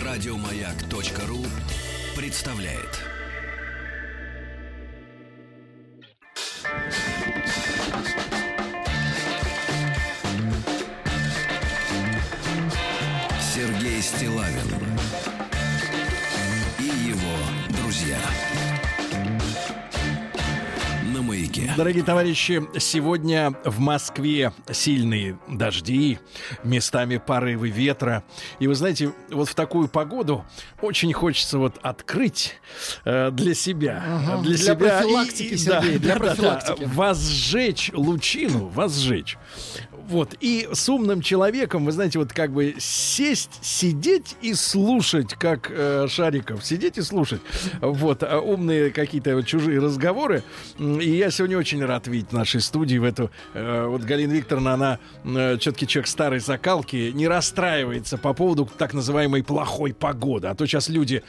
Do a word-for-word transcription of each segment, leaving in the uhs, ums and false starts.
Радиомаяк.ру представляет. Сергей Стиллавин и его друзья. На Маяке. Дорогие товарищи, сегодня в Москве сильные дожди, местами порывы ветра. И вы знаете, вот в такую погоду очень хочется вот открыть э, для себя, ага, для, для себя профилактики, и, Сергей, да, для да, профилактики. Да, возжечь лучину, возжечь. Вот, и с умным человеком, вы знаете, вот как бы сесть, сидеть и слушать, как э, Шариков, сидеть и слушать, вот, а умные какие-то вот чужие разговоры. И я сегодня очень рад видеть в нашей студии в эту, э, вот Галина Викторовна, она э, четкий человек старой закалки, не расстраивается по поводу так называемой плохой погоды. А то сейчас люди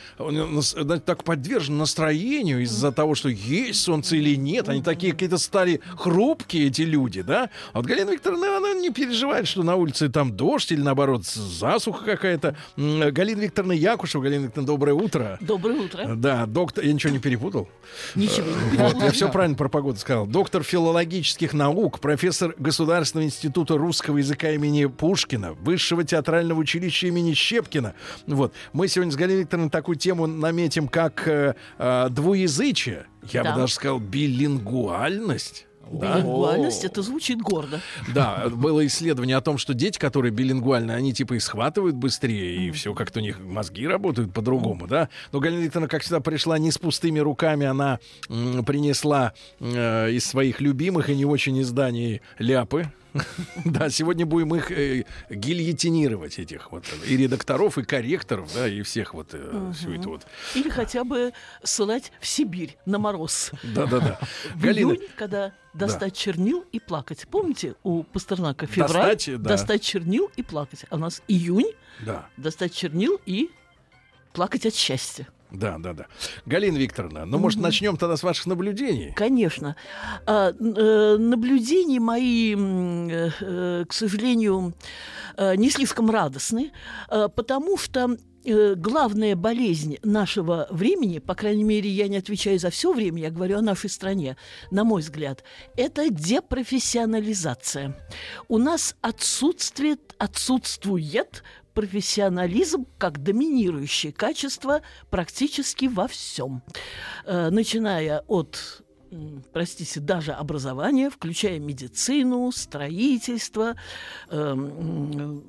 э, так подвержены настроению из-за того, что есть солнце или нет. Они такие какие-то стали хрупкие, эти люди, да? А вот Галина Викторовна, она не переживает, что на улице там дождь или, наоборот, засуха какая-то. Галина Викторовна Якушева. Галина Викторовна, доброе утро. Доброе утро. Да, доктор... Я ничего не перепутал? Ничего не Вот, перепутал. я все правильно про погоду сказал. Доктор филологических наук, профессор Государственного института русского языка имени Пушкина, Высшего театрального училища имени Щепкина. Вот. Мы сегодня с Галиной Викторовной такую тему наметим, как э, э, двуязычие. Я Да. бы даже сказал билингвальность. Да? Билингвальность, это звучит гордо. Да, было исследование о том, что дети, которые билингвальны, они типа и схватывают быстрее, и все как-то у них мозги работают по-другому, да. Но Галина Викторовна, как всегда, пришла не с пустыми руками, она м, принесла э, из своих любимых и не очень изданий ляпы. Да, сегодня будем их э, гильотинировать, этих вот и редакторов, и корректоров, да, и всех вот э, все это вот. Или хотя бы ссылать в Сибирь на мороз. Да-да-да. В Галина, июнь, когда достать чернил и плакать. Помните, у Пастернака февраль Достать, да. достать чернил и плакать. А у нас июнь да. достать чернил и плакать от счастья. Да, да, да. Галина Викторовна, ну, может, начнем тогда с ваших наблюдений? Конечно. А, э, наблюдения мои, м, э, к сожалению, э, не слишком радостны, э, потому что э, главная болезнь нашего времени, по крайней мере, я не отвечаю за все время, я говорю о нашей стране, на мой взгляд, это депрофессионализация. У нас отсутствует, отсутствует профессионализм как доминирующее качество практически во всем. Э, начиная от, м, простите, даже образования, включая медицину, строительство, э, м,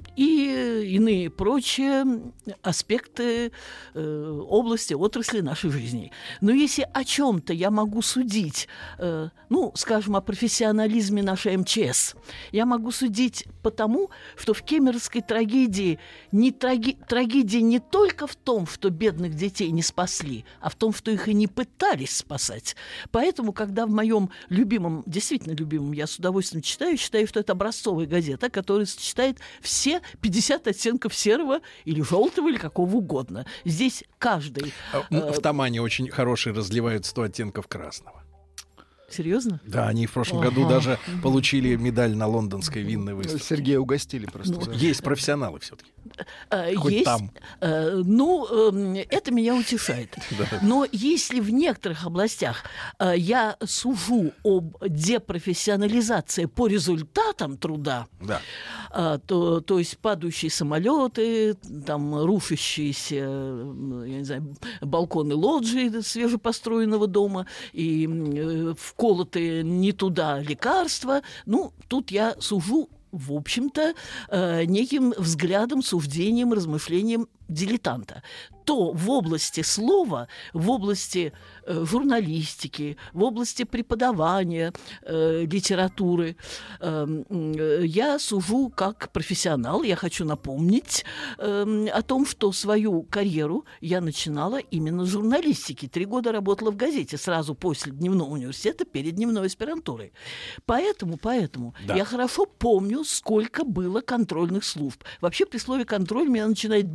и иные прочие аспекты э, области, отрасли нашей жизни. Но если о чем-то я могу судить, э, ну, скажем, о профессионализме нашей эм че эс, я могу судить потому, что в кемеровской трагедии не траги- трагедия не только в том, что бедных детей не спасли, а в том, что их и не пытались спасать. Поэтому, когда в моем любимом, действительно любимом, я с удовольствием читаю, считаю, что это образцовая газета, которая сочетает все пятьдесят оттенков серого или желтого, или какого угодно. Здесь каждый... В Тамане очень хорошие разливают сто оттенков красного. Серьезно? Да, они в прошлом Ага. году даже получили медаль на лондонской винной выставке. Сергея угостили просто. Ну, да. Есть профессионалы все-таки. Э, Хоть есть, там. э, ну, э, это меня утешает. Но если в некоторых областях э, я сужу об депрофессионализации по результатам труда, Да. э, то, то есть падающие самолеты, там рушащиеся, э, я не знаю, балконы лоджии свежепостроенного дома и э, вколотые не туда лекарства, ну, тут я сужу, в общем-то, э, неким взглядом, суждением, размышлением дилетанта. То в области слова, в области э, журналистики, в области преподавания э, литературы э, э, я сужу как профессионал. Я хочу напомнить э, о том, что свою карьеру я начинала именно с журналистики. Три года работала в газете сразу после дневного университета, перед дневной аспирантурой. Поэтому, поэтому Да. я хорошо помню, сколько было контрольных служб. Вообще при слове «контроль» меня начинает бить дров,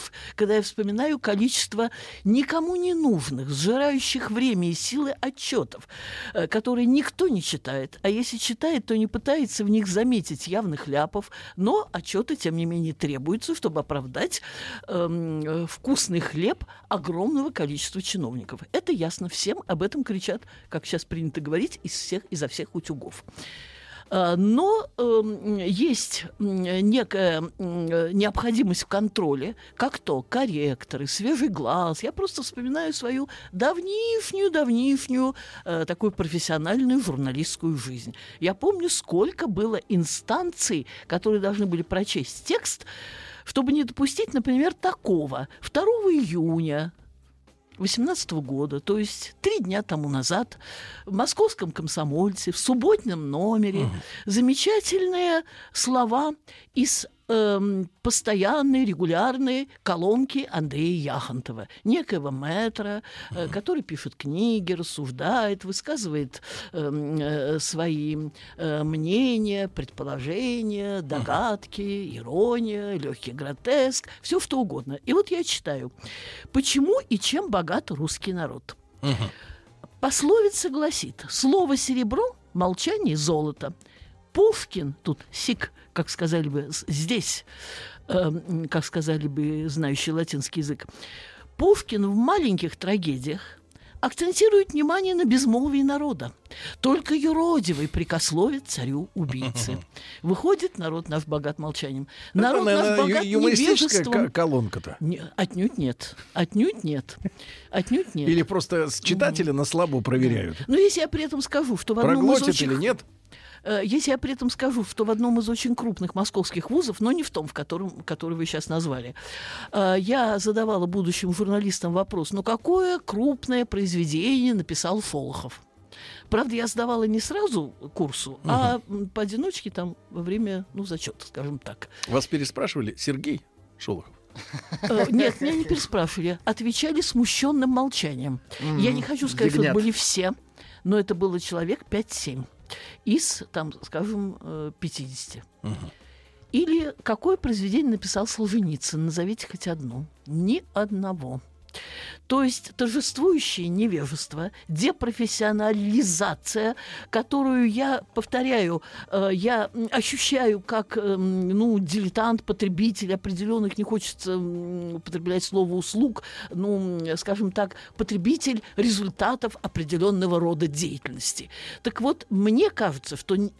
утюгов, когда я вспоминаю количество никому не нужных, сжирающих время и силы отчетов, которые никто не читает, а если читает, то не пытается в них заметить явных ляпов, но отчеты, тем не менее, требуются, чтобы оправдать э, вкусный хлеб огромного количества чиновников. Это ясно всем, об этом кричат, как сейчас принято говорить, из всех, изо всех утюгов. Но э, есть некая э, необходимость в контроле, как то корректоры, свежий глаз. Я просто вспоминаю свою давнишнюю-давнишнюю э, такую профессиональную журналистскую жизнь. Я помню, сколько было инстанций, которые должны были прочесть текст, чтобы не допустить, например, такого. второго июня восемнадцатого года, то есть три дня тому назад, в «Московском комсомольце», в субботнем номере, угу. замечательные слова из э, постоянной, регулярной колонки Андрея Яхонтова, некоего мэтра, э, который пишет книги, рассуждает, высказывает э, э, свои э, мнения, предположения, догадки, ирония, легкий гротеск, все что угодно. И вот я читаю. Почему и чем богат русский народ? Угу. Пословица гласит: слово серебро, молчание золото. Пушкин, тут сик, как сказали бы здесь, э, как сказали бы знающие латинский язык, Пушкин в маленьких трагедиях акцентирует внимание на безмолвии народа. Только юродивый прикословит царю-убийцы. Выходит, народ наш богат молчанием. Народ это, наш богат невежеством. Колонка-то? Не, отнюдь нет. Отнюдь нет. Отнюдь нет. Или просто читателя на слабо проверяют? Но если я при этом скажу, что в одном из проглотит очень... или нет? Если я при этом скажу, что в одном из очень крупных московских вузов, но не в том, в котором, который вы сейчас назвали, я задавала будущим журналистам вопрос: ну какое крупное произведение написал Шолохов? Правда, я сдавала не сразу курсу, угу. а поодиночке там во время, ну, зачета, скажем так. Вас переспрашивали: Сергей Шолохов? Нет, меня не переспрашивали. Отвечали смущенным молчанием. Mm-hmm. Я не хочу сказать, Ягнят. Что это были все, но это было человек пять-семь. Из, там, скажем, пятидесяти. Угу. Или какое произведение написал Солженицын? Назовите хоть одно. Ни одного. То есть торжествующее невежество, депрофессионализация, которую я, повторяю, э, я ощущаю как э, ну, дилетант, потребитель определенных, не хочется э, употреблять слово услуг, ну, скажем так, потребитель результатов определенного рода деятельности. Так вот, мне кажется, что э,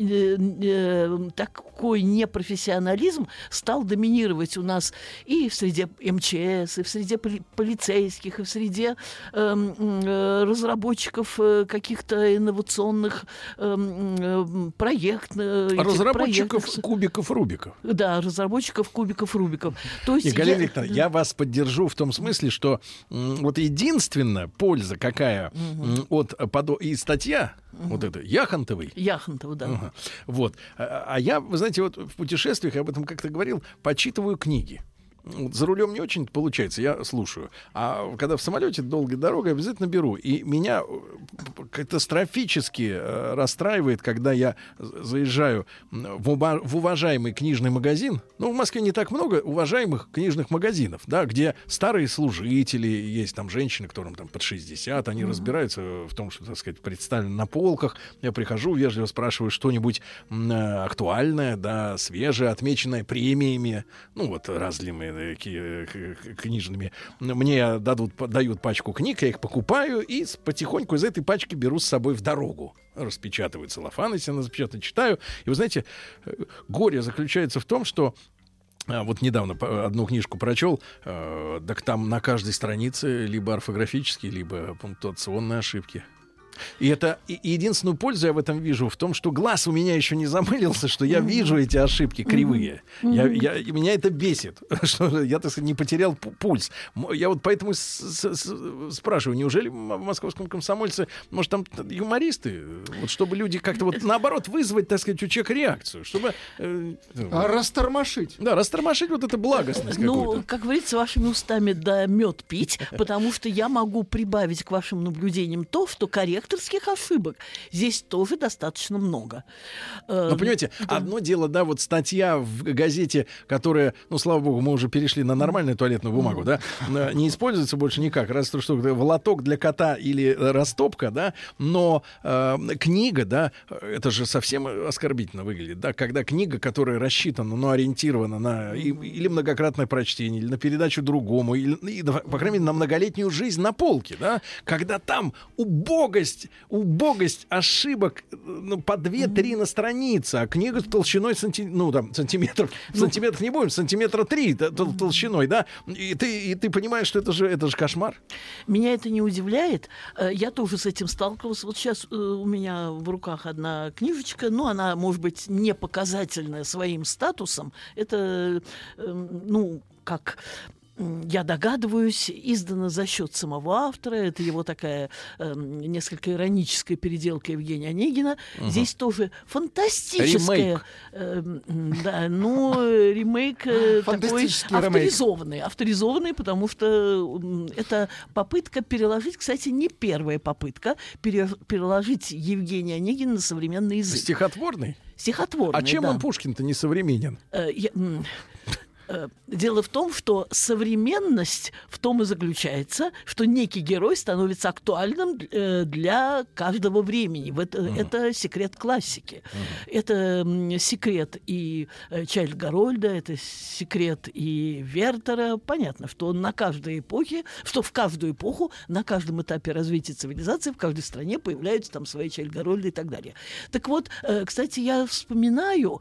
э, такой непрофессионализм стал доминировать у нас и в среде эм че эс, и в среде поли- полицейских, и в среде э, э, разработчиков э, каких-то инновационных э, э, проектов. Разработчиков проектов. Кубиков Рубиков. Да, разработчиков кубиков Рубиков. То есть и, Галина я... Викторовна, я вас поддержу в том смысле, что м, вот единственная польза, какая угу. от подо... и статья, угу. вот эта, Яхонтовой. Яхонтова, да. Угу. Вот. А, а я, вы знаете, вот в путешествиях, я об этом как-то говорил, почитываю книги. За рулем не очень получается, я слушаю. А когда в самолете долгой дорогой, обязательно беру. И меня катастрофически расстраивает, когда я заезжаю в уважаемый книжный магазин. Ну, в Москве не так много уважаемых книжных магазинов, да, где старые служители, есть там женщины, которым там под шестьдесят, они mm-hmm. разбираются в том, что, так сказать, представлено на полках. Я прихожу, вежливо спрашиваю что-нибудь актуальное, да, свежее, отмеченное премиями, ну, вот разными книжными. Мне дадут, дают пачку книг, я их покупаю и потихоньку из этой пачки беру с собой в дорогу. Распечатываю целлофан, если она запечатана, читаю. И вы знаете, горе заключается в том, что вот недавно одну книжку прочел, э, так там на каждой странице либо орфографические, либо пунктуационные ошибки. И это и единственную пользу я в этом вижу в том, что глаз у меня еще не замылился, что я mm-hmm. вижу эти ошибки кривые. Mm-hmm. Я, я, меня это бесит, что я, так сказать, не потерял пульс. Я вот поэтому с- с- спрашиваю, неужели в Московском комсомольце, может, там юмористы, вот, чтобы люди как-то вот наоборот вызвать, так сказать, у человека реакцию, чтобы... Э, а растормошить. Да, растормошить вот это благостность ну, какую-то. как говорится, вашими устами да мед пить, потому что я могу прибавить к вашим наблюдениям то, что корректно редакторских ошибок здесь тоже достаточно много. Ну, понимаете, да. Одно дело, да, вот статья в газете, которая, ну, слава богу, мы уже перешли на нормальную туалетную бумагу, mm. да, не используется больше никак, раз то, что волоток для кота или растопка, да, но э, книга, да, это же совсем оскорбительно выглядит, да, когда книга, которая рассчитана, ну, ориентирована на и, или многократное прочтение, или на передачу другому, или, и, по крайней мере, на многолетнюю жизнь на полке, да, когда там убогость, убогость ошибок, ну, по две-три на странице, а книга толщиной санти... ну, там, сантиметров, ну, сантиметров не будем, сантиметра три толщиной, да, и ты, и ты понимаешь, что это же, это же кошмар. Меня это не удивляет. Я тоже с этим сталкивалась. Вот сейчас у меня в руках одна книжечка, ну, она, может быть, не показательная своим статусом. Это, ну, как... я догадываюсь, издана за счет самого автора. Это его такая э, несколько ироническая переделка Евгения Онегина. Угу. Здесь тоже фантастическая... Э, да, ну, ремейк э, такой авторизованный. Авторизованный, потому что это попытка переложить, кстати, не первая попытка пере, переложить Евгения Онегина на современный язык. Стихотворный? Стихотворный, А чем да. он Пушкин-то не современен? Э, я, Дело в том, что современность в том и заключается, что некий герой становится актуальным для каждого времени. Это, uh-huh. это секрет классики. Uh-huh. Это секрет и Чайльд Гарольда, это секрет и Вертера. Понятно, что на каждой эпохе, что в каждую эпоху, на каждом этапе развития цивилизации, в каждой стране появляются там свои Чайльд Гарольды и так далее. Так вот, кстати, я вспоминаю,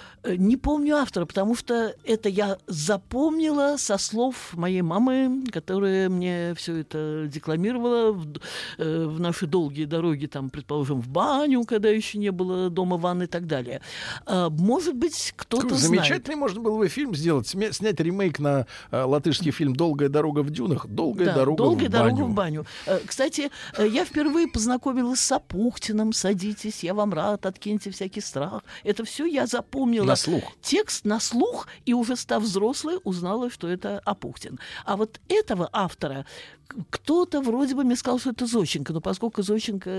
не помню автора, потому что это я запомнила со слов моей мамы, которая мне все это декламировала в, э, в наши долгие дороги, там, предположим, в баню, когда еще не было дома, ванны и так далее. А, может быть, кто-то Какой знает. Замечательный можно было бы фильм сделать, сня- снять ремейк на э, латышский фильм «Долгая дорога в дюнах». «Долгая да, дорога долгая в дорога баню». в баню. Кстати, я впервые познакомилась с Апухтиным. «Садитесь, я вам рад, откиньте всякий страх». Это все я запомнила. На слух. Текст на слух, и уже став взрослой, узнала, что это Апухтин. А вот этого автора кто-то вроде бы мне сказал, что это Зощенко, но поскольку Зощенко,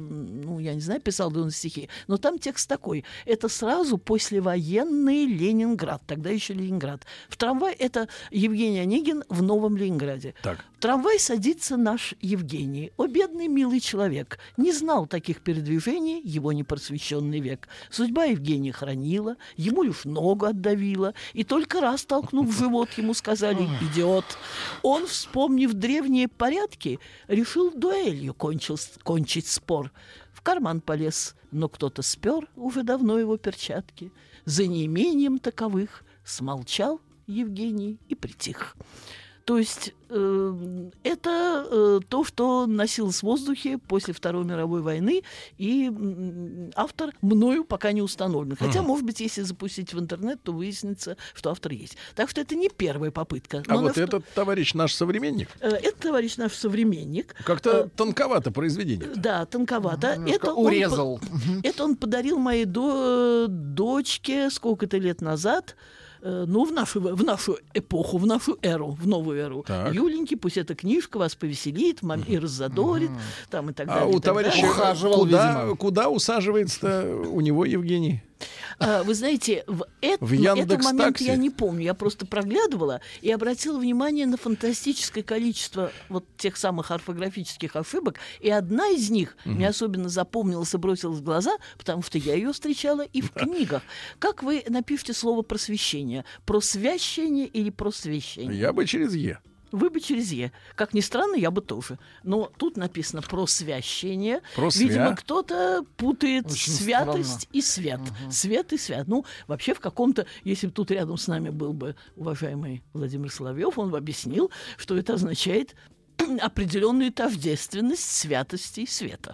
ну, я не знаю, писал ли он стихи, но там текст такой. Это сразу послевоенный Ленинград, тогда еще Ленинград. В трамвай это Евгений Онегин в Новом Ленинграде. Так. В трамвай садится наш Евгений. О, бедный милый человек. Не знал таких передвижений его непросвещенный век. Судьба Евгения хранила, ему лишь ногу отдавила, и только раз, толкнув в живот, ему сказали «идиот». Он, вспомнив древние порядки, решил дуэлью кончил, кончить спор. В карман полез, но кто-то спер уже давно его перчатки. За неимением таковых смолчал Евгений и притих. То есть э, это э, то, что носилось в воздухе после Второй мировой войны, и э, автор мною пока не установлен. Хотя, uh-huh. может быть, если запустить в интернет, то выяснится, что автор есть. Так что это не первая попытка. А вот что... этот товарищ наш современник? Э, этот товарищ наш современник. Как-то э, тонковато произведение. Да, тонковато. Uh-huh. Это урезал. Он, uh-huh. это он подарил моей до, дочке сколько-то лет назад. Ну, в нашу, в нашу эпоху, в нашу эру, в новую эру. Так. Юленьки, пусть эта книжка вас повеселит, мам, и раззадорит, uh-huh. там и так далее. А у товарища ухаживал, куда, куда усаживается у него Евгений? А, вы знаете, в, это, в этот момент я не помню. Я просто проглядывала и обратила внимание на фантастическое количество вот тех самых орфографических ошибок. И одна из них угу. мне особенно запомнилась и бросилась в глаза, потому что я ее встречала и в книгах. Как вы напишите слово «просвещение»? Просвящение или просвещение? Я бы через «е». Вы бы через «е». Как ни странно, я бы тоже. Но тут написано «просвящение». Просвя. Видимо, кто-то путает Очень святость странно. и свят. Угу. Свет и свят. Ну, вообще в каком-то... Если бы тут рядом с нами был бы уважаемый Владимир Соловьев, он бы объяснил, что это означает определенную тождественность святости и света.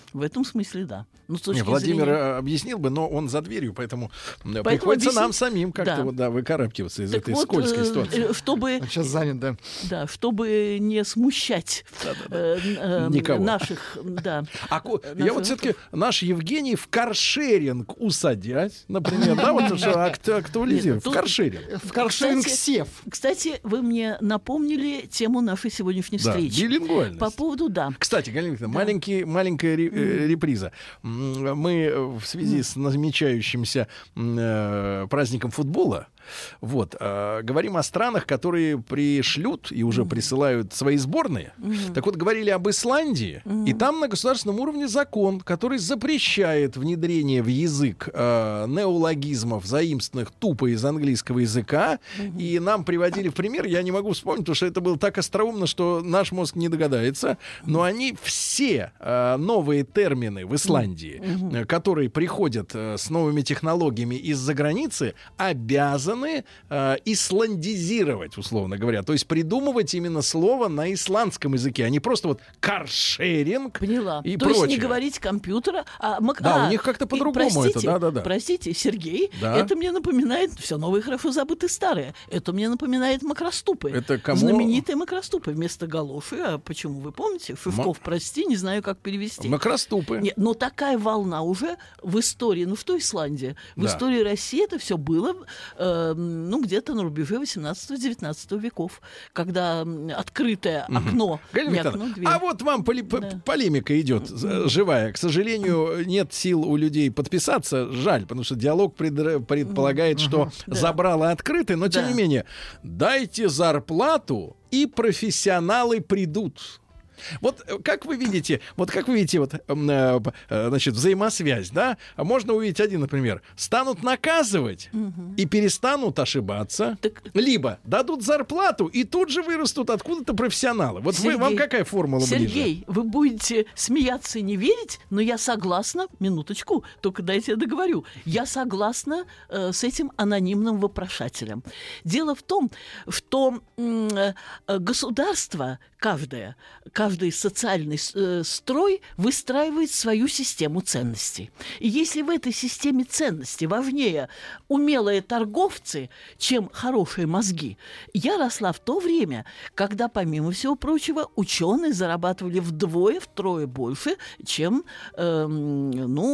В этом смысле, да. Ну, с точки Не, Владимир зрения... объяснил бы, но он за дверью, поэтому, поэтому приходится объясни... нам самим как-то да. вот, да, выкарабкиваться из так этой вот, скользкой ситуации. Чтобы... Он сейчас занят, да. Да, чтобы не смущать э, э, Никого. наших... Да, А ко- наших... я вот все-таки наш Евгений в каршеринг усадясь, например, да, вот уже акт- актуализируем. В Тут- каршеринг. В каршеринг Кстати, сев. Кстати, вы мне напомнили тему нашей сегодняшней Да, встречи. билингвальность. По поводу, да. Кстати, Галина Викторовна, Да. маленький, маленькая ре- э, реприза. М, Мы в связи с намечающимся м, э, праздником футбола вот, э, говорим о странах, которые пришлют и уже присылают свои сборные. Так вот, говорили об Исландии, и там на государственном уровне закон, который запрещает внедрение в язык э, неологизмов, заимствованных тупо из английского языка. И нам приводили в пример, я не могу вспомнить, потому что это было так остроумно, что наш мозг не догадается, но они все э, новые термины в Исландии, э, которые приходят э, с новыми технологиями из-за границы, обязаны э, исландизировать, условно говоря. То есть придумывать именно слово на исландском языке, а не просто вот каршеринг Поняла. и То прочее. есть не говорить компьютера, а... мак- Да, а, у них как-то и по-другому простите, это, да-да-да. Простите, Сергей, Да. это мне напоминает, все новое хорошо забыто старое, это мне напоминает макроступы. Это кому? Знаменитые макроступы вместо галоши, а почему, вы помните? Шишков, прости, не знаю, как перевести. Макроступы. Нет, но такая волна уже в истории, ну что Исландия, в Да. истории России это все было, э, ну где-то на рубеже восемнадцатого-девятнадцатого веков, когда м, открытое окно, Галина не Викторовна, окно, дверь. а вот вам поли- п- Да. полемика идет з- живая. К сожалению, нет сил у людей подписаться. Жаль, потому что диалог предр- предполагает, что Да. забрало открыто, но тем Да. не менее, дайте зарплату, и профессионалы придут. Вот э, как вы видите, вот как вы видите, вот, м, э, п- э, значит, взаимосвязь, да? А можно увидеть один, например, станут наказывать и перестанут ошибаться, Так- либо дадут зарплату и тут же вырастут откуда-то профессионалы. Вот вы, вам Сергей, какая формула ближе? Сергей, вы будете смеяться и не верить, но я согласна, минуточку, только дайте я договорю, я согласна э, с этим анонимным вопрошателем. Дело в том, что м, э, государство, каждое, каждый социальный с- э, строй выстраивает свою систему ценностей. И если в этой системе ценностей важнее умелые торговцы, чем хорошие мозги, я росла в то время, когда, помимо всего прочего, ученые зарабатывали вдвое-втрое больше, чем, эм,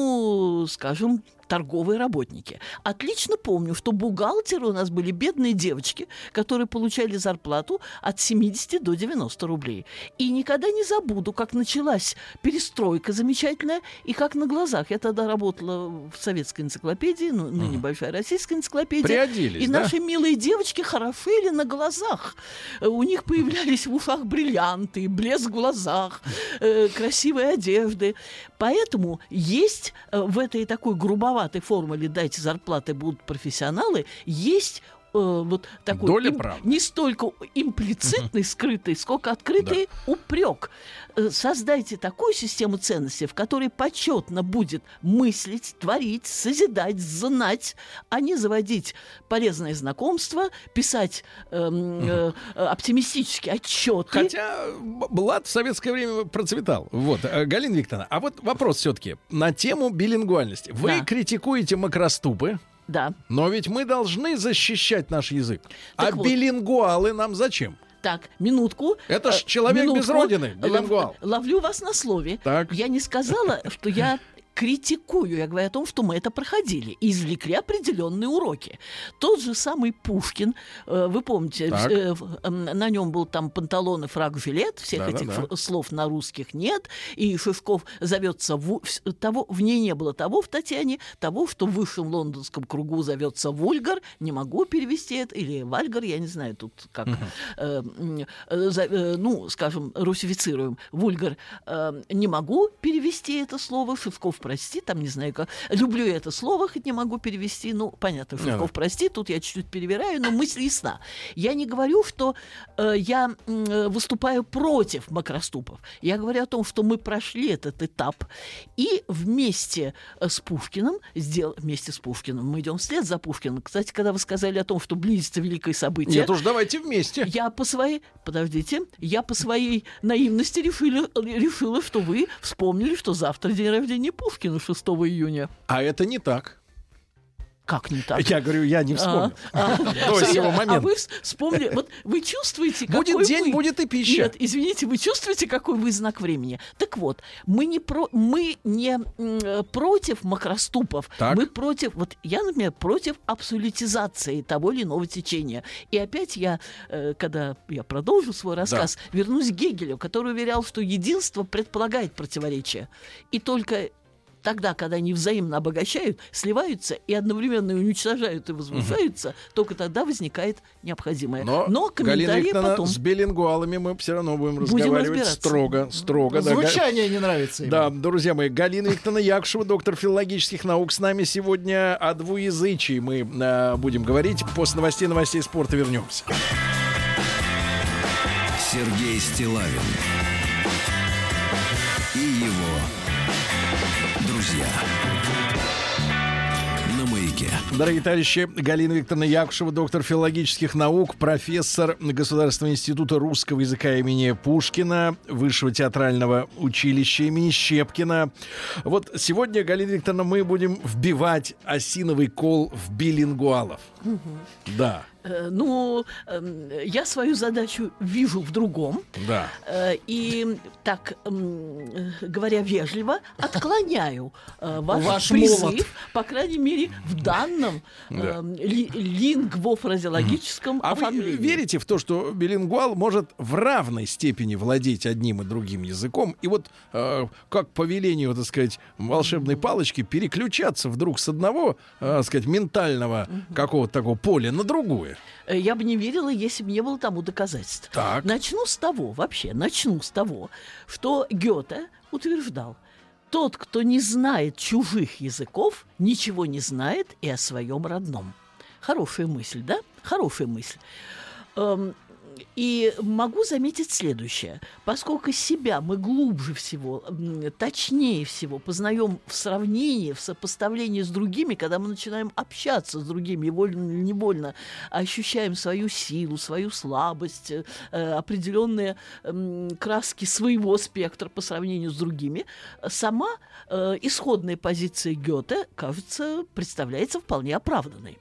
ну, скажем, торговые работники. Отлично помню, что бухгалтеры у нас были бедные девочки, которые получали зарплату от семидесяти до девяноста рублей. И никогда не забуду, как началась перестройка замечательная, и как на глазах. Я тогда работала в советской энциклопедии, ну, ныне большая российская энциклопедия. Приоделись, и да? наши милые девочки хорошели на глазах. Э, У них появлялись в ушах бриллианты, блеск в глазах, э, красивые одежды. Поэтому есть э, в этой такой грубоватой формуле «дайте зарплаты, будут профессионалы», есть э, вот такой Доля им- правды. не столько имплицитный, скрытый, сколько открытый упрек. Э, Создайте такую систему ценностей, в которой почетно будет мыслить, творить, созидать, знать, а не заводить полезные знакомства, писать эм, э, э, оптимистические отчеты. Хотя б- блат в советское время процветал. Вот, э, Галина Викторовна, а вот вопрос все-таки на тему билингвальности. Вы Да. критикуете макроступы, Да. но ведь мы должны защищать наш язык. Так а вот. билингвалы нам зачем? Так, минутку. Это ж Э, человек без родины, Лов- билингвал. ловлю вас на слове. Так. Я не сказала, что я критикую, я говорю о том, что мы это проходили и извлекли определенные уроки. Тот же самый Пушкин, э, вы помните, Так. э, в- э, на нем был там панталоны, фрак, жилет, всех Да-да-да. этих фр- слов на русских нет, и Шишков зовется, ву- вс- того, в ней не было того в Татьяне, того, что в высшем лондонском кругу зовется вульгар, не могу перевести это, или вальгар, я не знаю тут как, э, м, э, за- э, ну, скажем, русифицируем, вульгар, э, не могу перевести это слово, Шишков прости, там не знаю как. Люблю это слово, хоть не могу перевести. Ну, понятно, Жуков, прости, тут я чуть-чуть перевираю, но мысль ясна. Я не говорю, что э, я э, выступаю против макроступов. Я говорю о том, что мы прошли этот этап и вместе с Пушкиным, сдел... вместе с Пушкиным, мы идем вслед за Пушкиным. Кстати, когда вы сказали о том, что близится великое событие... Нет уж, давайте вместе. Я по своей... Подождите. Я по своей наивности решила, решила, что вы вспомнили, что завтра день рождения Пушкина, шестого июня. А это не так. Как не так? Я говорю, я не вспомнил. А, а, До сего момента. А вы вспомнили. Вот вы чувствуете, какой будет день, вы... будет и пища. Нет, извините, вы чувствуете, какой вы знак времени? Так вот, мы не, про... мы не м, против макроступов. Так. Мы против... Вот я, например, против абсолютизации того или иного течения. И опять я, э, когда я продолжу свой рассказ, да. вернусь к Гегелю, который уверял, что единство предполагает противоречие. И только... Тогда, когда они взаимно обогащают, сливаются и одновременно уничтожают и возвышаются, угу. только тогда возникает необходимое. Но, Но комментарии потом. С билингвалами мы все равно будем, будем разговаривать строго, строго. Звучание да, не нравится им. Да, друзья мои, Галина Викторовна Якушева, доктор филологических наук, с нами сегодня о двуязычии мы э, будем говорить. После новостей, новостей спорта вернемся. Сергей Стиллавин и его друзья на Маяке. Дорогие товарищи, Галина Викторовна Якушева, доктор филологических наук, профессор Государственного института русского языка имени Пушкина, Высшего театрального училища имени Щепкина. Вот сегодня, Галина Викторовна, мы будем вбивать осиновый кол в билингвалов. Угу. Да. Ну, я свою задачу вижу в другом. Да. И, так говоря вежливо, отклоняю ваш, ваш призыв, молот. по крайней мере, в данном да. ли, лингвофразеологическом а оформлении. Вы верите в то, что билингвал может в равной степени владеть одним и другим языком, и вот э, как по велению, так сказать, волшебной палочки переключаться вдруг с одного, э, так сказать, ментального какого-то такого поля на другое? Я бы не верила, если бы не было тому доказательств. Так. Начну с того, вообще, начну с того, что Гёте утверждал: тот, кто не знает чужих языков, ничего не знает и о своем родном. Хорошая мысль, да? Хорошая мысль. Эм, И могу заметить следующее. Поскольку себя мы глубже всего, точнее всего познаем в сравнении, в сопоставлении с другими, когда мы начинаем общаться с другими, вольно или невольно ощущаем свою силу, свою слабость, определенные краски своего спектра по сравнению с другими, сама исходная позиция Гёте, кажется, представляется вполне оправданной.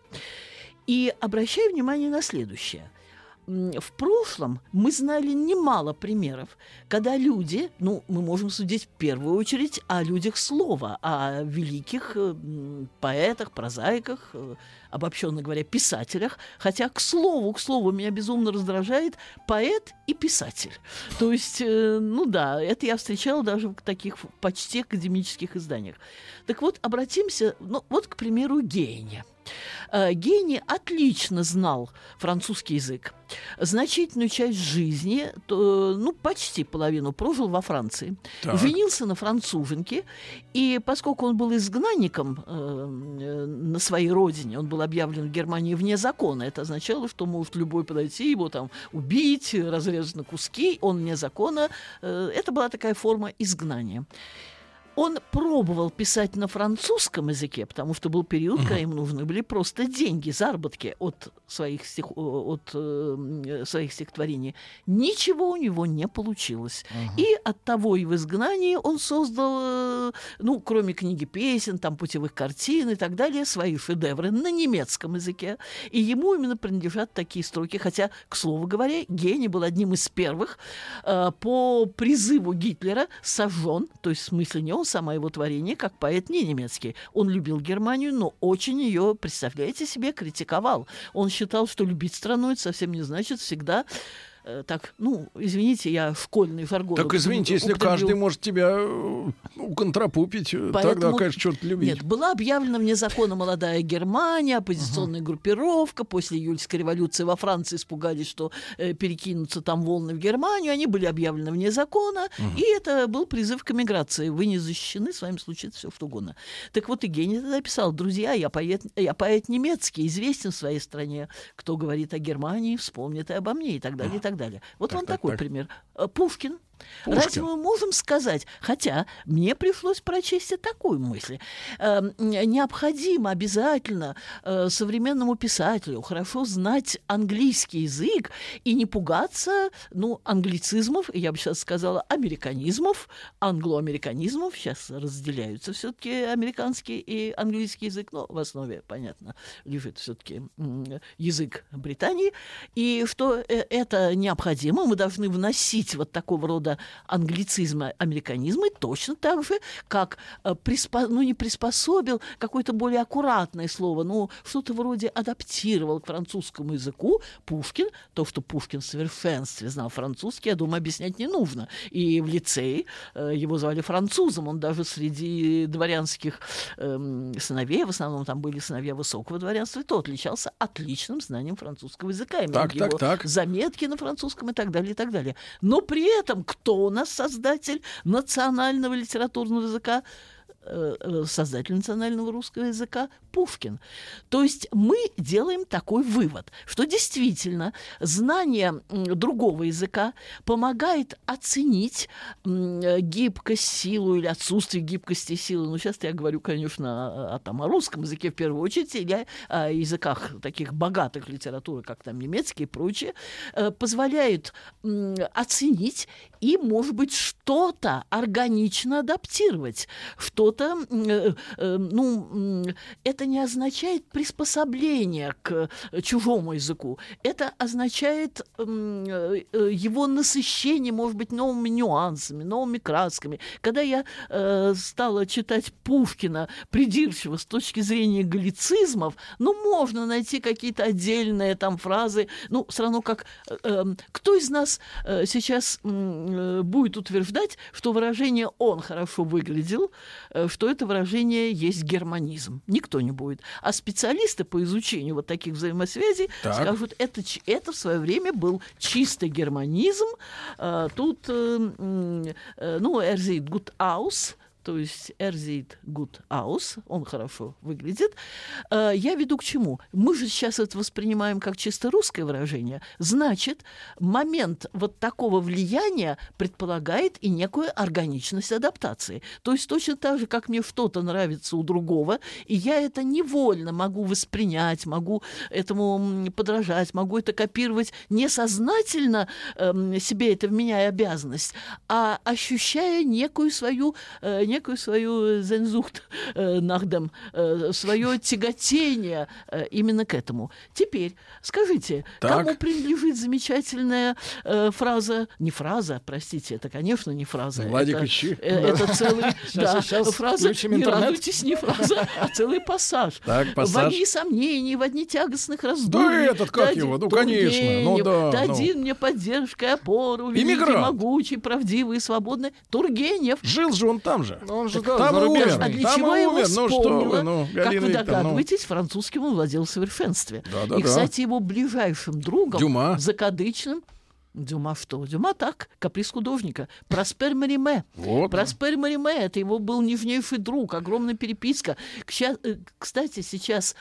И обращаю внимание на следующее. В прошлом мы знали немало примеров, когда люди, ну, мы можем судить в первую очередь о людях слова, о великих э, поэтах, прозаиках, э, обобщенно говоря, писателях, хотя к слову, к слову, меня безумно раздражает поэт и писатель. То есть, э, ну да, это я встречала даже в таких почти академических изданиях. Так вот, обратимся, ну, вот, к примеру, Гейне. Гейне отлично знал французский язык. Значительную часть жизни, то, ну, почти половину прожил во Франции. Так. Женился на француженке. И поскольку он был изгнанником э, на своей родине, он был объявлен в Германии вне закона. Это означало, что может любой подойти, его там убить, разрезать на куски. Он вне закона. Э, это была такая форма изгнания. Он пробовал писать на французском языке, потому что был период, когда им нужны были просто деньги, заработки от своих, стих, от, э, своих стихотворений. Ничего у него не получилось. Uh-huh. И оттого и в изгнании он создал, э, ну, кроме книги песен, там, путевых картин и так далее, свои шедевры на немецком языке. И ему именно принадлежат такие строки. Хотя, к слову говоря, Гейне был одним из первых э, по призыву Гитлера сожжен, то есть в смысле не он, само его творение, как поэт не немецкий. Он любил Германию, но очень ее, представляете себе, критиковал. Он считал, что любить страну — это совсем не значит всегда э, так, ну, извините, я школьный жаргон. Так извините, если употреблю. Каждый может тебя э, уконтропупить, Поэтому, тогда, конечно, что-то любить. Нет, была объявлена вне закона «Молодая Германия», оппозиционная uh-huh. группировка. После июльской революции во Франции испугались, что э, перекинутся там волны в Германию. Они были объявлены вне закона. Uh-huh. И это был призыв к эмиграции. Вы не защищены, с вами случится все что угодно. Так вот, и Гейне тогда писал: друзья, я поэт, я поэт немецкий, известен в своей стране. Кто говорит о Германии, вспомнит и обо мне, и так далее, и так далее. Вот так, вам так, такой так. пример. Пушкин. Пушкин. Разве мы можем сказать, хотя мне пришлось прочесть и такую мысль, э, необходимо обязательно э, современному писателю хорошо знать английский язык и не пугаться, ну, англицизмов, я бы сейчас сказала, американизмов, англоамериканизмов, сейчас разделяются все-таки американский и английский язык, но в основе, понятно, лежит все-таки э, язык Британии, и что э, это необходимо, мы должны вносить вот такого рода англицизма, американизмы точно так же, как э, приспо... ну, не приспособил какое-то более аккуратное слово, ну, что-то вроде адаптировал к французскому языку Пушкин. То, что Пушкин в совершенстве знал французский, я думаю, объяснять не нужно. И в лицее э, его звали французом, он даже среди дворянских э, сыновей, в основном там были сыновья высокого дворянства, и то отличался отличным знанием французского языка. И так, так, его так. заметки на французском и так далее, и так далее. Но при этом кто у нас создатель национального литературного языка? Создатель национального русского языка Пушкин. То есть мы делаем такой вывод, что действительно знание другого языка помогает оценить гибкость, силу или отсутствие гибкости, силы. Ну, сейчас я говорю, конечно, о, там, о русском языке в первую очередь, или о языках таких богатых литературы, как там немецкий и прочее, позволяет оценить и, может быть, что-то органично адаптировать, что-то ну, это не означает приспособление к чужому языку. Это означает его насыщение, может быть, новыми нюансами, новыми красками. Когда я э, стала читать Пушкина придирчиво с точки зрения галлицизмов, ну, можно найти какие-то отдельные там фразы. Ну, все равно как... Э, кто из нас э, сейчас э, будет утверждать, что выражение «он хорошо выглядел», что это выражение есть германизм. Никто не будет. А специалисты по изучению вот таких взаимосвязей так. скажут, это, это в свое время был чисто германизм. Тут, ну, er sieht gut aus, то есть er sieht gut aus, он хорошо выглядит. Я веду к чему? Мы же сейчас это воспринимаем как чисто русское выражение. Значит, момент вот такого влияния предполагает и некую органичность адаптации. То есть точно так же, как мне что-то нравится у другого, и я это невольно могу воспринять, могу этому подражать, могу это копировать несознательно, э, себе это вменяя обязанность, а ощущая некую свою некую свою Sehnsucht nach dem, свое тяготение именно к этому. Теперь скажите, так. кому принадлежит замечательная э, фраза, не фраза, простите, это, конечно, не фраза. Владик это, Ищи. Э, это целый, да, фраза, не радуйтесь, не фраза, а целый пассаж. Так, пассаж. В одни сомнений, в одни тягостных раздумий. Да этот, как Тади, его, ну, конечно. Ну, да, ты ну. один мне поддержка и опору, великий, могучий, правдивый и свободный. Тургенев. Жил же он там же. Он же, да, там умер. А для там чего я его умер. Ну, что вы, ну, как вы Галина, догадываетесь, ну... французским он владел в совершенстве. Да, да, и, да. кстати, его ближайшим другом, Дюма. закадычным, Дюма что? Дюма так, каприз художника. Проспер Мариме. Вот. Проспер Мариме, это его был нежнейший друг, огромная переписка. Кстати, сейчас...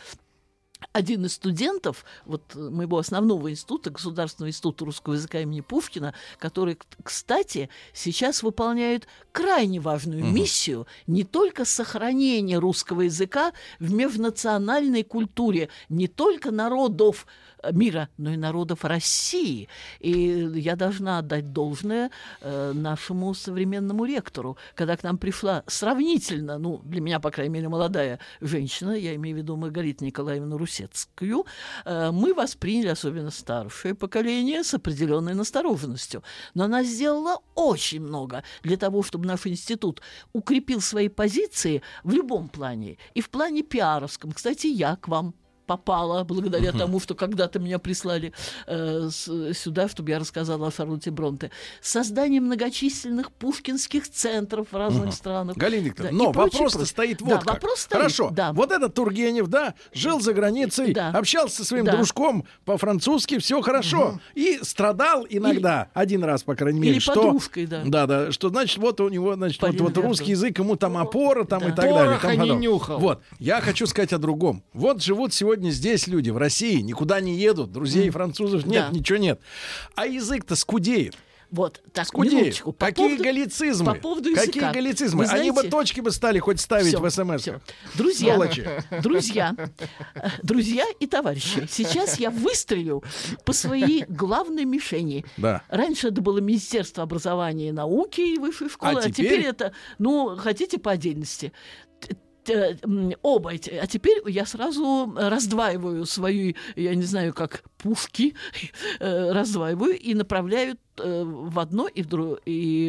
Один из студентов вот, моего основного института, Государственного института русского языка имени Пушкина, который, кстати, сейчас выполняет крайне важную угу. миссию не только сохранения русского языка в межнациональной культуре не только народов мира, но и народов России. И я должна отдать должное э, нашему современному ректору, когда к нам пришла сравнительно, ну, для меня, по крайней мере, молодая женщина, я имею в виду Маргариту Николаевну Русецкую, э, мы восприняли, особенно старшее поколение, с определенной настороженностью. Но она сделала очень много для того, чтобы наш институт укрепил свои позиции в любом плане. И в плане пиаровском. Кстати, я к вам попала благодаря uh-huh. тому, что когда-то меня прислали э, с, сюда, чтобы я рассказала о Шарлотте Бронте. Создание многочисленных пушкинских центров в разных uh-huh. странах. Галина Викторовна, да, но вопрос-то стоит вот да, как. Вопрос стоит, Хорошо, да. вот этот Тургенев, да, жил за границей, да. общался со своим да. дружком по-французски, все хорошо. Uh-huh. И страдал иногда, или, один раз, по крайней мере, или что... подружкой, да. Да, да, что, значит, вот у него, значит, вот, вот русский язык, ему там опора, там да. и так далее. Пороха не нюхал. Вот, я хочу сказать о другом. Вот живут сегодня здесь люди, в России, никуда не едут, друзей французов нет, да. ничего нет. А язык-то скудеет. Вот, так, скудеет. минуточку. По Какие поводу, галлицизмы? По поводу языка. Какие галлицизмы? Знаете, они бы точки бы стали хоть ставить всё, в смс. Всё. Друзья, друзья, друзья и товарищи, сейчас я выстрелю по своей главной мишени. Да. Раньше это было Министерство образования и науки и высшей школы, а, а теперь... теперь это, ну, хотите по отдельности. Оба эти. А теперь я сразу раздваиваю свои, я не знаю, как пушки, раздваиваю и направляю в одно и в, дру... и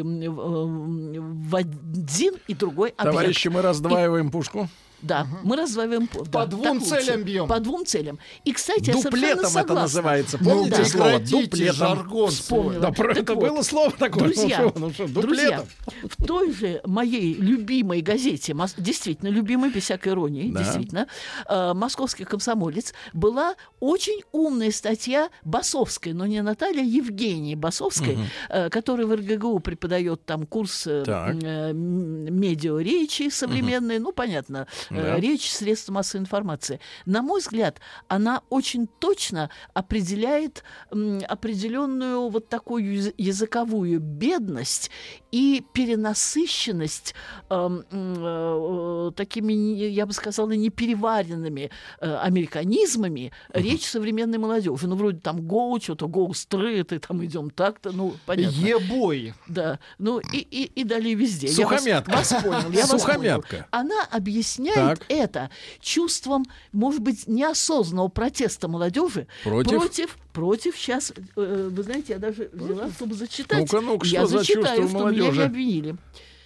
в один и другой объект. Товарищи, мы раздваиваем и... пушку. Да, угу. мы раздваиваем по да, двум целям лучше. Бьем. По двум целям. И, кстати, дуплетом я совершенно согласна. Это называется. Помните да. слово? Дуплетом. Жаргон. Вспомнила. Да, про это вот. Было слово такое. Друзья, ну, что, ну, что, друзья, в той же моей любимой газете, действительно любимой, без всякой иронии, да. действительно, «Московский комсомолец», была очень умная статья Басовской, но не Наталья, Евгения Басовской, угу. которая в эр гэ гэ у преподает там курс так. медиаречи современной, угу. ну, понятно, да. речь, средства массовой информации. На мой взгляд, она очень точно определяет м, определенную вот такую языковую бедность и перенасыщенность э, э, такими, я бы сказала, непереваренными э, американизмами uh-huh. речь современной молодежи. Ну, вроде там go, что-то go straight, и там идем так-то, ну, понятно. Е-бой. Да, ну, и, и, и далее везде. Сухомятка. Я вас, вас понял, я вас Сухомятка. понял. Она объясняет так. это чувством, может быть, неосознанного протеста молодежи против, против, против сейчас, э, вы знаете, я даже взяла, чтобы зачитать. Ну-ка, ну-ка, я что зачитаю, за что меня не обвинили.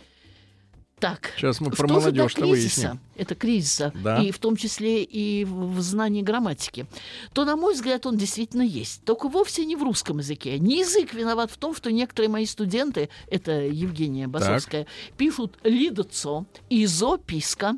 Так, сейчас мы про молодежь-то выясним. Это кризиса, да. и в том числе и в знании грамматики, то, на мой взгляд, он действительно есть. Только вовсе не в русском языке. Не язык виноват в том, что некоторые мои студенты, это Евгения Басовская, так. пишут «лидоцо», «изописка».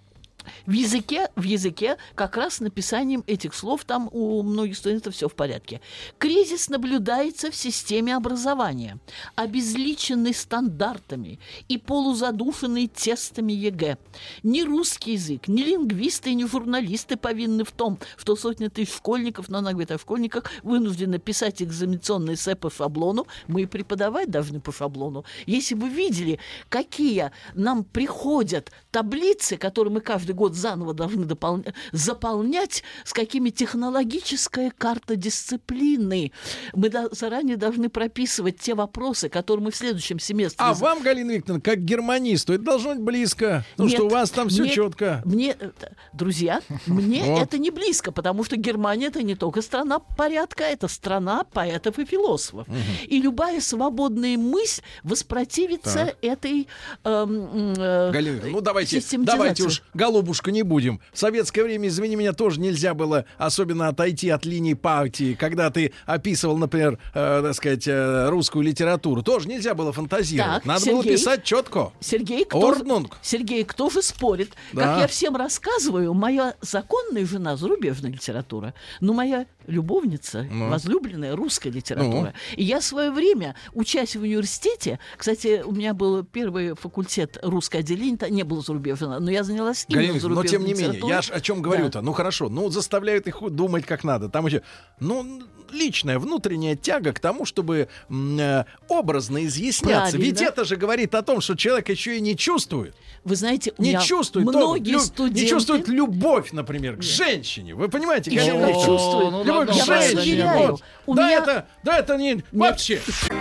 В языке, в языке как раз с написанием этих слов там у многих студентов все в порядке. Кризис наблюдается в системе образования, обезличенный стандартами и полузадушенный тестами е гэ. Ни русский язык, ни лингвисты, ни журналисты повинны в том, что сотни тысяч школьников, но она говорит о школьниках, вынуждены писать экзаменационные эссе по шаблону. Мы и преподавать должны по шаблону. Если бы видели, какие нам приходят таблицы, которые мы каждый год заново должны допол- заполнять, с какими технологическая карта дисциплины. Мы до- заранее должны прописывать те вопросы, которые мы в следующем семестре... А вам, Галина Викторовна, как германисту, это должно быть близко, потому нет, что у вас там все нет, четко. Мне, друзья, мне это не близко, потому что Германия — это не только страна порядка, это страна поэтов и философов. Угу. И любая свободная мысль воспротивится так. этой эм, э, Галина, ну давайте, давайте уж, голубушка, не будем. В советское время, извини меня, тоже нельзя было особенно отойти от линии партии, когда ты описывал, например, э, так сказать, э, русскую литературу. Тоже нельзя было фантазировать. Так, Надо Сергей, было писать четко. Сергей, кто, Орднунг. Сергей, кто же спорит? Да. Как я всем рассказываю, моя законная жена — зарубежная литература, но моя любовница, ну. возлюбленная, русская литература. Ну. И я в свое время, учась в университете, кстати, у меня был первый факультет русское отделение, не было зарубежного, но я занялась именно Галина, зарубежной но тем не литературой. менее, я ж о чем говорю-то. Да. Ну хорошо, ну заставляют их думать как надо. Там еще, ну, личная, внутренняя тяга к тому, чтобы э, образно изъясняться. Правильно. Ведь это же говорит о том, что человек еще и не чувствует. Вы знаете, у не меня чувствует многие то, студенты... не чувствует любовь, например, к женщине. Вы понимаете? Еще как чувствует. Ну, любовь к женщине. Вот. Да, меня... это, да это не... Нет. Вообще.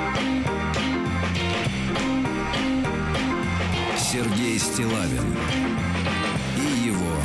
Сергей Стиллавин и его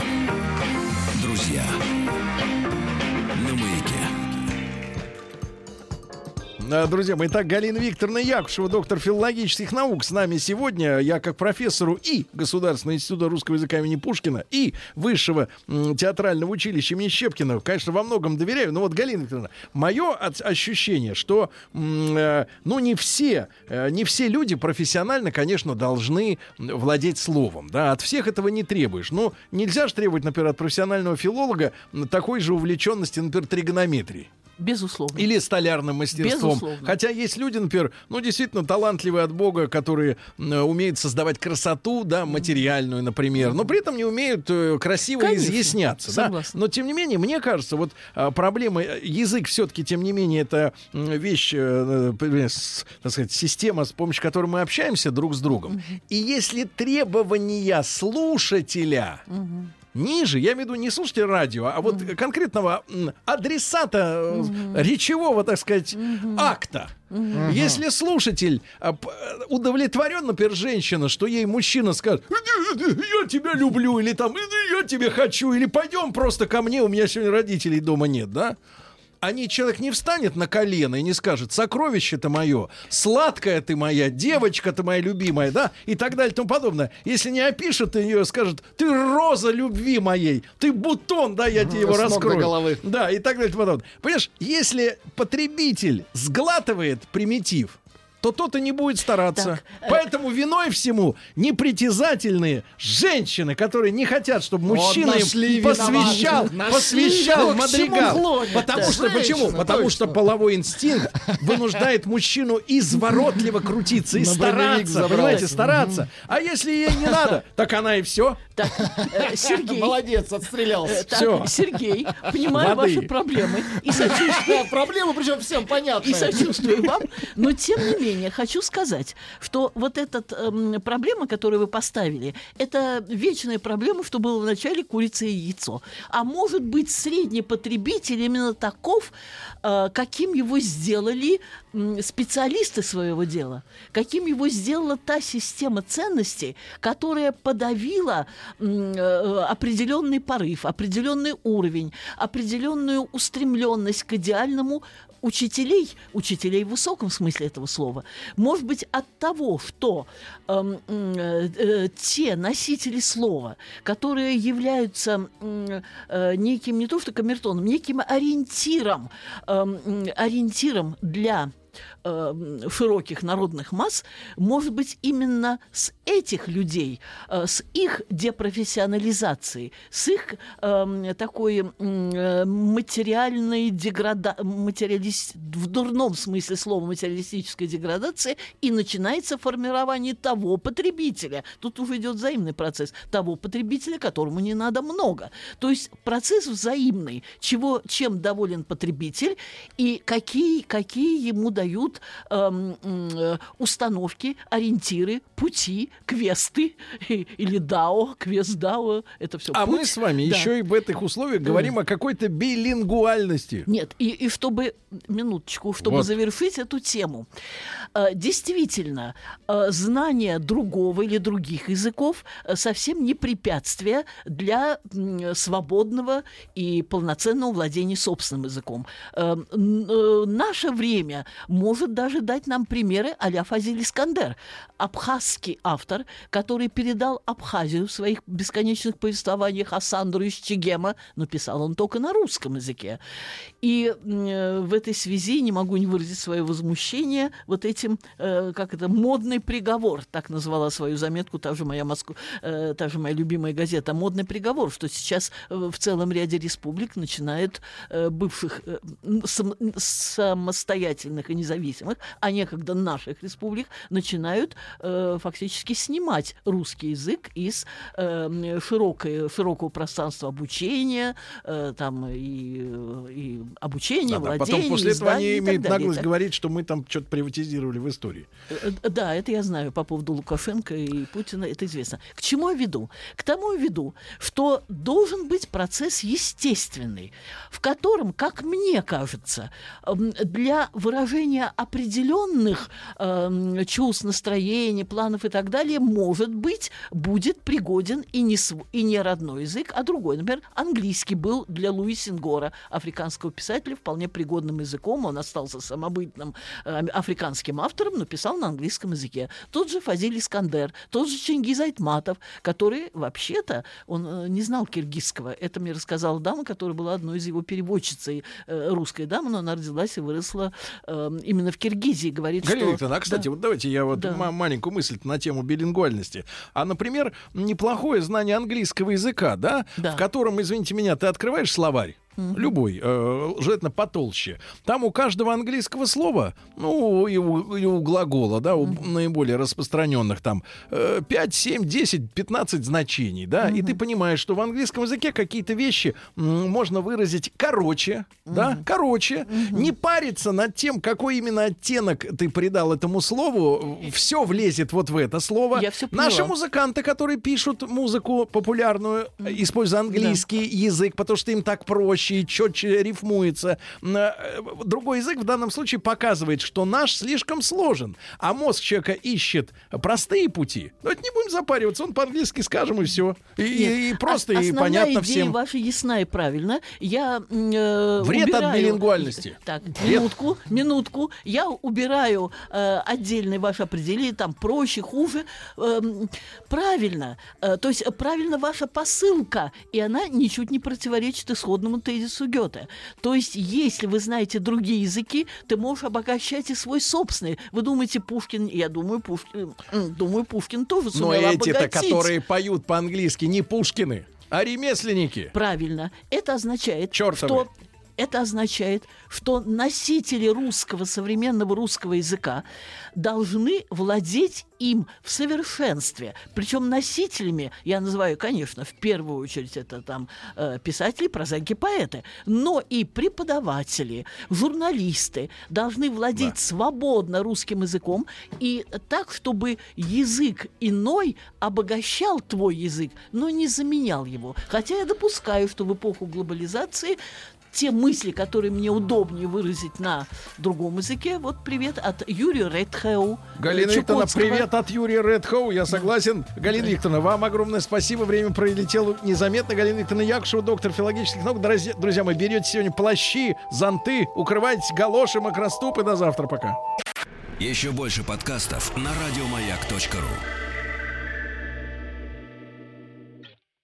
друзья на Маяке. Друзья мои, итак, Галина Викторовна Якушева, доктор филологических наук, с нами сегодня. Я как профессору и Государственного института русского языка имени Пушкина, и Высшего м, театрального училища имени Щепкина, конечно, во многом доверяю. Но вот, Галина Викторовна, мое от- ощущение, что м, э, ну, не все, э, не все люди профессионально, конечно, должны владеть словом. Да? От всех этого не требуешь. Ну, нельзя же требовать, например, от профессионального филолога такой же увлеченности, например, тригонометрией. Безусловно. Или столярным мастерством. Безусловно. Хотя есть люди, например, ну, действительно талантливые от Бога, которые э, умеют создавать красоту, да, материальную, например, но при этом не умеют э, красиво Конечно, изъясняться. Да? согласна. Но, тем не менее, мне кажется, вот э, проблема, э, язык все-таки, тем не менее, это м, вещь, э, э, с, так сказать, система, с помощью которой мы общаемся друг с другом. Мгм. И если требования слушателя... Мгм. ниже, я имею в виду не слушайте радио, а вот Мгм. конкретного м, адресата э, Мгм. речевого, так сказать, Мгм. акта. Мгм. Если слушатель а, п- удовлетворен, например, женщина, что ей мужчина скажет: я тебя люблю, или там я тебя хочу, или пойдем просто ко мне, у меня сегодня родителей дома нет, да? Они, человек не встанет на колено и не скажет: сокровище ты мое, сладкая ты моя, девочка ты моя любимая, да, и так далее и тому подобное. Если не опишет ее, скажет: ты роза любви моей, ты бутон, да, я тебе его С ног до раскрою. головы. Да, и так далее и тому подобное. Понимаешь, если потребитель сглатывает примитив, то тот и не будет стараться. Так, э, Поэтому виной всему непритязательные женщины, которые не хотят, чтобы мужчина им нашли посвящал, виноватых. Нашли, посвящал к чему мадригал. клонят? Потому Да. что почему? Женщины, Потому точно. что половой инстинкт вынуждает мужчину изворотливо крутиться и На броневик стараться, забрался. понимаете, стараться. А если ей не надо, так она и все. Так, э, Сергей, Молодец, э, отстрелялся. так, Всё. Сергей, понимаю Воды. ваши проблемы и сочувствую, Да, проблема, причем всем и понятная. сочувствую вам, но тем не менее хочу сказать, что вот эта эм, проблема, которую вы поставили, это вечная проблема, что было в начале курица и яйцо. А может быть, средний потребитель именно таков, э, каким его сделали м, специалисты своего дела, каким его сделала та система ценностей, которая подавила м, э, определенный порыв, определенный уровень, определенную устремленность к идеальному учителей, учителей в высоком смысле этого слова. Может быть, от того, что эм, э, э, те носители слова, которые являются м, э, неким, не то что камертоном, неким ориентиром, эм, м, ориентиром для э, широких народных масс, может быть, именно с этих людей, э, с их депрофессионализацией, с их э, такой э, материальной деградацией, материалист... в дурном смысле слова материалистической деградации, и начинается формирование того потребителя. Тут уже идет взаимный процесс. Того потребителя, которому не надо много. То есть процесс взаимный. Чего, чем доволен потребитель и какие, какие ему дают эм, э, установки, ориентиры, пути, квесты или дао, квест дао. Это все А путь. мы с вами Да. еще и в этих условиях говорим о какой-то билингвальности. Нет, и, и чтобы, минуточку, чтобы Вот. завершить эту тему. Э, Действительно, э, знание другого или других языков э, совсем не препятствие для м, свободного и полноценного владения собственным языком. Э, н- э, Наше время может даже дать нам примеры а-ля Фазиль Искандер, абхазский автор, который передал Абхазию в своих бесконечных повествованиях о Сандру из Чегема, но писал он только на русском языке. И э, в этой связи не могу не выразить свое возмущение вот этим, э, как это, модный приговор, так назвала свою заметку та же моя, Москва, э, та же моя любимая газета, модный приговор, что сейчас э, в целом ряде республик начинает э, бывших э, сам- самостоятельных и независимых, а некогда наших республик, начинают э, фактически снимать русский язык из э, широкой, широкого пространства обучения, э, там и, и обучения, Да, да. владения, Потом после этого издания они и так имеют далее. наглость Так, говорить, что мы там что-то приватизировали в истории. э, Да, это я знаю по поводу Лукашенко и Путина, это известно. К чему я веду? К тому я веду, что должен быть процесс естественный, в котором, как мне кажется, эм, для выражения выражение определенных э, чувств, настроений, планов и так далее, может быть, будет пригоден и не, св- и не родной язык, а другой. Например, английский был для Луи Сингора, африканского писателя, вполне пригодным языком. Он остался самобытным э, африканским автором, но писал на английском языке. Тот же Фазиль Искандер, тот же Чингиз Айтматов, который, вообще-то, он э, не знал киргизского. Это мне рассказала дама, которая была одной из его переводчицей, э, русская дама, но она родилась и выросла э, именно в Киргизии. Говорит, Галина что... Викторовна, а, кстати, Да. вот давайте я вот Да. ма- маленькую мысль на тему билингвальности. А, например, неплохое знание английского языка, да, Да. в котором, извините меня, ты открываешь словарь, любой, э, желательно потолще. Там у каждого английского слова, ну, и у, и у глагола, да, у наиболее распространенных там э, пять, семь, десять, пятнадцать значений, да, и ты понимаешь, что в английском языке какие-то вещи м, можно выразить короче, да, короче, не париться над тем, какой именно оттенок ты придал этому слову, все влезет вот в это слово. Я всё поняла. Наши музыканты, которые пишут музыку популярную, э, используя английский язык, потому что им так проще и четче рифмуется. М, э, Другой язык в данном случае показывает, что наш слишком сложен, а мозг человека ищет простые пути. Давайте не будем запариваться, он по-английски скажем и все. И, и- и просто, Ос- и основная понятно идея всем. ваша ясна и правильна. Я м, э, Вред от убираю- билингвальности. Так, Вред. минутку, минутку. Я убираю э, отдельные ваши определения, там проще, хуже. Эм, правильно. Э, то есть э, правильно ваша посылка, и она ничуть не противоречит исходному тезису Гёте. То есть, если вы знаете другие языки, ты можешь обогащать и свой собственный. Вы думаете, Пушкин, я думаю, Пушкин, м, думаю, Пушкин тоже Но сумел эти-то, обогатить. которые поют по-английски, не Пушкины, а ремесленники. Правильно. Это означает, Чёртовы. что это означает, что носители русского, современного русского языка должны владеть им в совершенстве. Причем носителями, я называю, конечно, в первую очередь это там э, писатели, прозаики, поэты, но и преподаватели, журналисты должны владеть Да. свободно русским языком и так, чтобы язык иной обогащал твой язык, но не заменял его. Хотя я допускаю, что в эпоху глобализации те мысли, которые мне удобнее выразить на другом языке. Вот привет от Юрия Редхеу. Галина Викторовна, привет от Юрия Редхоу, я согласен. Галина Викторовна, вам огромное спасибо, время пролетело незаметно. Галина Викторовна Якушева, доктор филологических наук. Друзья, друзья мои, берете сегодня плащи, зонты, укрывайтесь галоши, макроступы. До завтра, пока. Еще больше подкастов на радиомаяк точка ру.